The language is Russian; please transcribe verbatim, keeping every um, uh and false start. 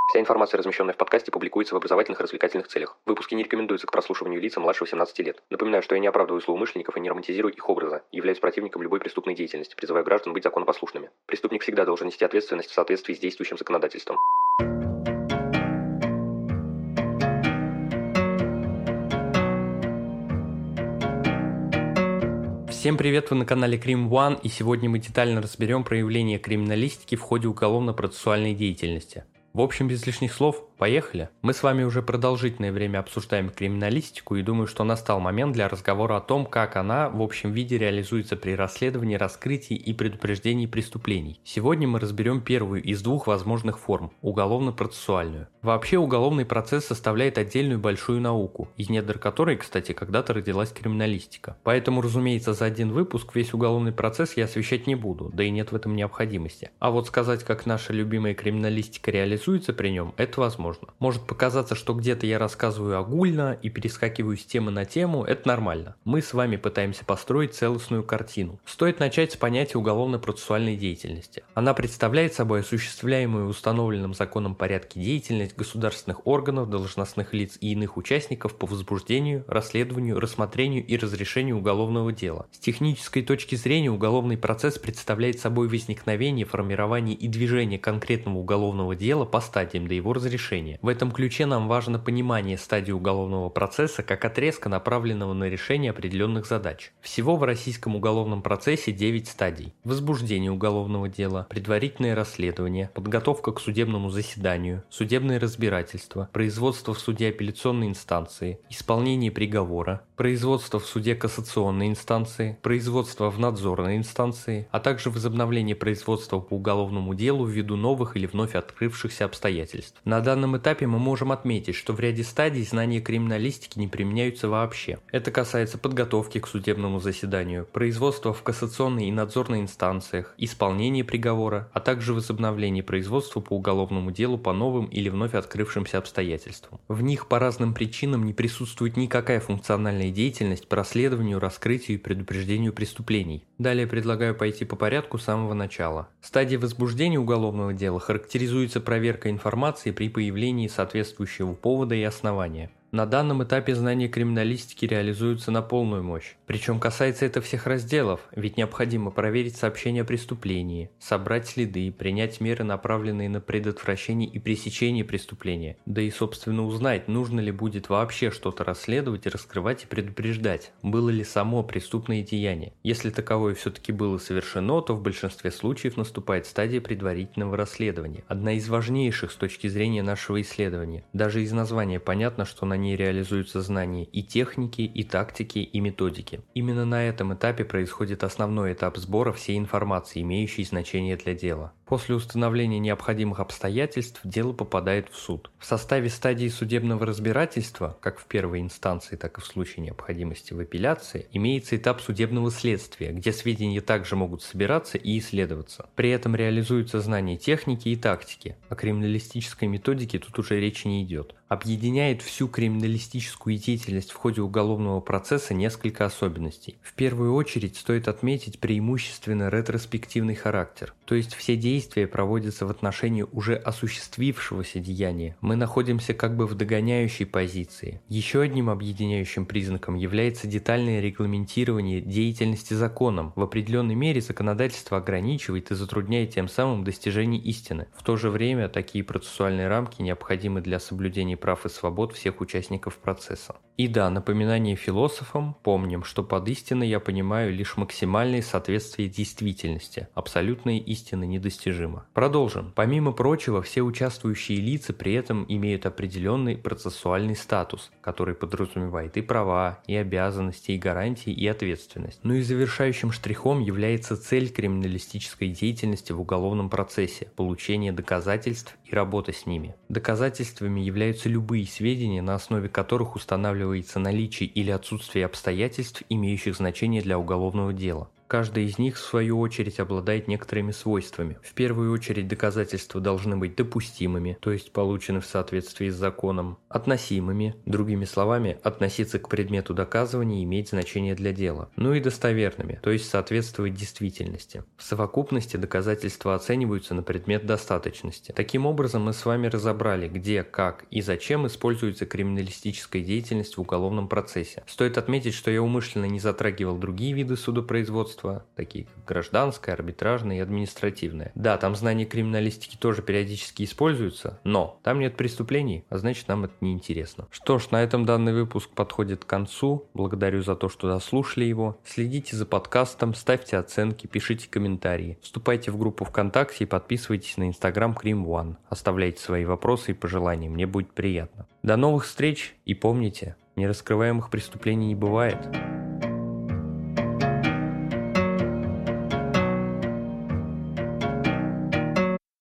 Вся информация, размещенная в подкасте, публикуется в образовательных и развлекательных целях. Выпуски не рекомендуются к прослушиванию лицам младше восемнадцати лет. Напоминаю, что я не оправдываю злоумышленников и не романтизирую их образа, являюсь противником любой преступной деятельности, призываю граждан быть законопослушными. Преступник всегда должен нести ответственность в соответствии с действующим законодательством. Всем привет, вы на канале Крим One, и сегодня мы детально разберем проявление криминалистики в ходе уголовно-процессуальной деятельности. В общем, без лишних слов, поехали! Мы с вами уже продолжительное время обсуждаем криминалистику и думаю, что настал момент для разговора о том, как она в общем виде реализуется при расследовании, раскрытии и предупреждении преступлений. Сегодня мы разберем первую из двух возможных форм – уголовно-процессуальную. Вообще уголовный процесс составляет отдельную большую науку, из недр которой, кстати, когда-то родилась криминалистика. Поэтому, разумеется, за один выпуск весь уголовный процесс я освещать не буду, да и нет в этом необходимости. А вот сказать, как наша любимая криминалистика реализуется при нем, это возможно. Может показаться, что где-то я рассказываю огульно и перескакиваю с темы на тему, это нормально. Мы с вами пытаемся построить целостную картину. Стоит начать с понятия уголовно-процессуальной деятельности. Она представляет собой осуществляемую в установленном законом порядке деятельность государственных органов, должностных лиц и иных участников по возбуждению, расследованию, рассмотрению и разрешению уголовного дела. С технической точки зрения уголовный процесс представляет собой возникновение, формирование и движение конкретного уголовного дела по стадиям до его разрешения. В этом ключе нам важно понимание стадии уголовного процесса как отрезка, направленного на решение определенных задач. Всего в российском уголовном процессе девять стадий. Возбуждение уголовного дела, предварительное расследование, подготовка к судебному заседанию, судебное разбирательство, производство в суде апелляционной инстанции, исполнение приговора, производство в суде кассационной инстанции, производство в надзорной инстанции, а также возобновление производства по уголовному делу ввиду новых или вновь открывшихся обстоятельств. На данном этапе мы можем отметить, что в ряде стадий знания криминалистики не применяются вообще. Это касается подготовки к судебному заседанию, производства в кассационной и надзорной инстанциях, исполнения приговора, а также возобновления производства по уголовному делу по новым или вновь открывшимся обстоятельствам. В них по разным причинам не присутствует никакая функциональная деятельность по расследованию, раскрытию и предупреждению преступлений. Далее предлагаю пойти по порядку с самого начала. Стадия возбуждения уголовного дела характеризуется проверкой информации при появлении соответствующего повода и основания. На данном этапе знания криминалистики реализуются на полную мощь. Причем касается это всех разделов, ведь необходимо проверить сообщение о преступлении, собрать следы, принять меры, направленные на предотвращение и пресечение преступления, да и собственно узнать, нужно ли будет вообще что-то расследовать и раскрывать и предупреждать, было ли само преступное деяние. Если таковое все-таки было совершено, то в большинстве случаев наступает стадия предварительного расследования, одна из важнейших с точки зрения нашего исследования. Даже из названия понятно, что на ней реализуются знания и техники, и тактики, и методики. Именно на этом этапе происходит основной этап сбора всей информации, имеющей значение для дела. После установления необходимых обстоятельств дело попадает в суд. В составе стадии судебного разбирательства, как в первой инстанции, так и в случае необходимости в апелляции, имеется этап судебного следствия, где сведения также могут собираться и исследоваться. При этом реализуются знания техники и тактики. О криминалистической методике тут уже речи не идет. Объединяет всю криминалистическую деятельность в ходе уголовного процесса несколько особенностей. В первую очередь стоит отметить преимущественно ретроспективный характер, то есть все действия проводятся в отношении уже осуществившегося деяния. Мы находимся как бы в догоняющей позиции. Еще одним объединяющим признаком является детальное регламентирование деятельности законом. В определенной мере законодательство ограничивает и затрудняет тем самым достижение истины. В то же время такие процессуальные рамки необходимы для соблюдения прав и свобод всех участников процесса. И да, напоминание философам, помним, что под истиной я понимаю лишь максимальное соответствие действительности. Абсолютная истина недостижима. Продолжим. Помимо прочего, все участвующие лица при этом имеют определенный процессуальный статус, который подразумевает и права, и обязанности, и гарантии, и ответственность. Ну и завершающим штрихом является цель криминалистической деятельности в уголовном процессе – получение доказательств и работа с ними. Доказательствами являются любые сведения, на основе которых устанавливается наличие или отсутствие обстоятельств, имеющих значение для уголовного дела. Каждая из них, в свою очередь, обладает некоторыми свойствами. В первую очередь, доказательства должны быть допустимыми, то есть получены в соответствии с законом, относимыми, другими словами, относиться к предмету доказывания и иметь значение для дела, ну и достоверными, то есть соответствовать действительности. В совокупности доказательства оцениваются на предмет достаточности. Таким образом, мы с вами разобрали, где, как и зачем используется криминалистическая деятельность в уголовном процессе. Стоит отметить, что я умышленно не затрагивал другие виды судопроизводства, такие как гражданское, арбитражное и административное. Да, там знания криминалистики тоже периодически используются, но там нет преступлений, а значит нам это не интересно. Что ж, на этом данный выпуск подходит к концу. Благодарю за то, что дослушали его. Следите за подкастом, ставьте оценки, пишите комментарии. Вступайте в группу ВКонтакте и подписывайтесь на Инстаграм Крим One. Оставляйте свои вопросы и пожелания, мне будет приятно. До новых встреч и помните, нераскрываемых преступлений не бывает.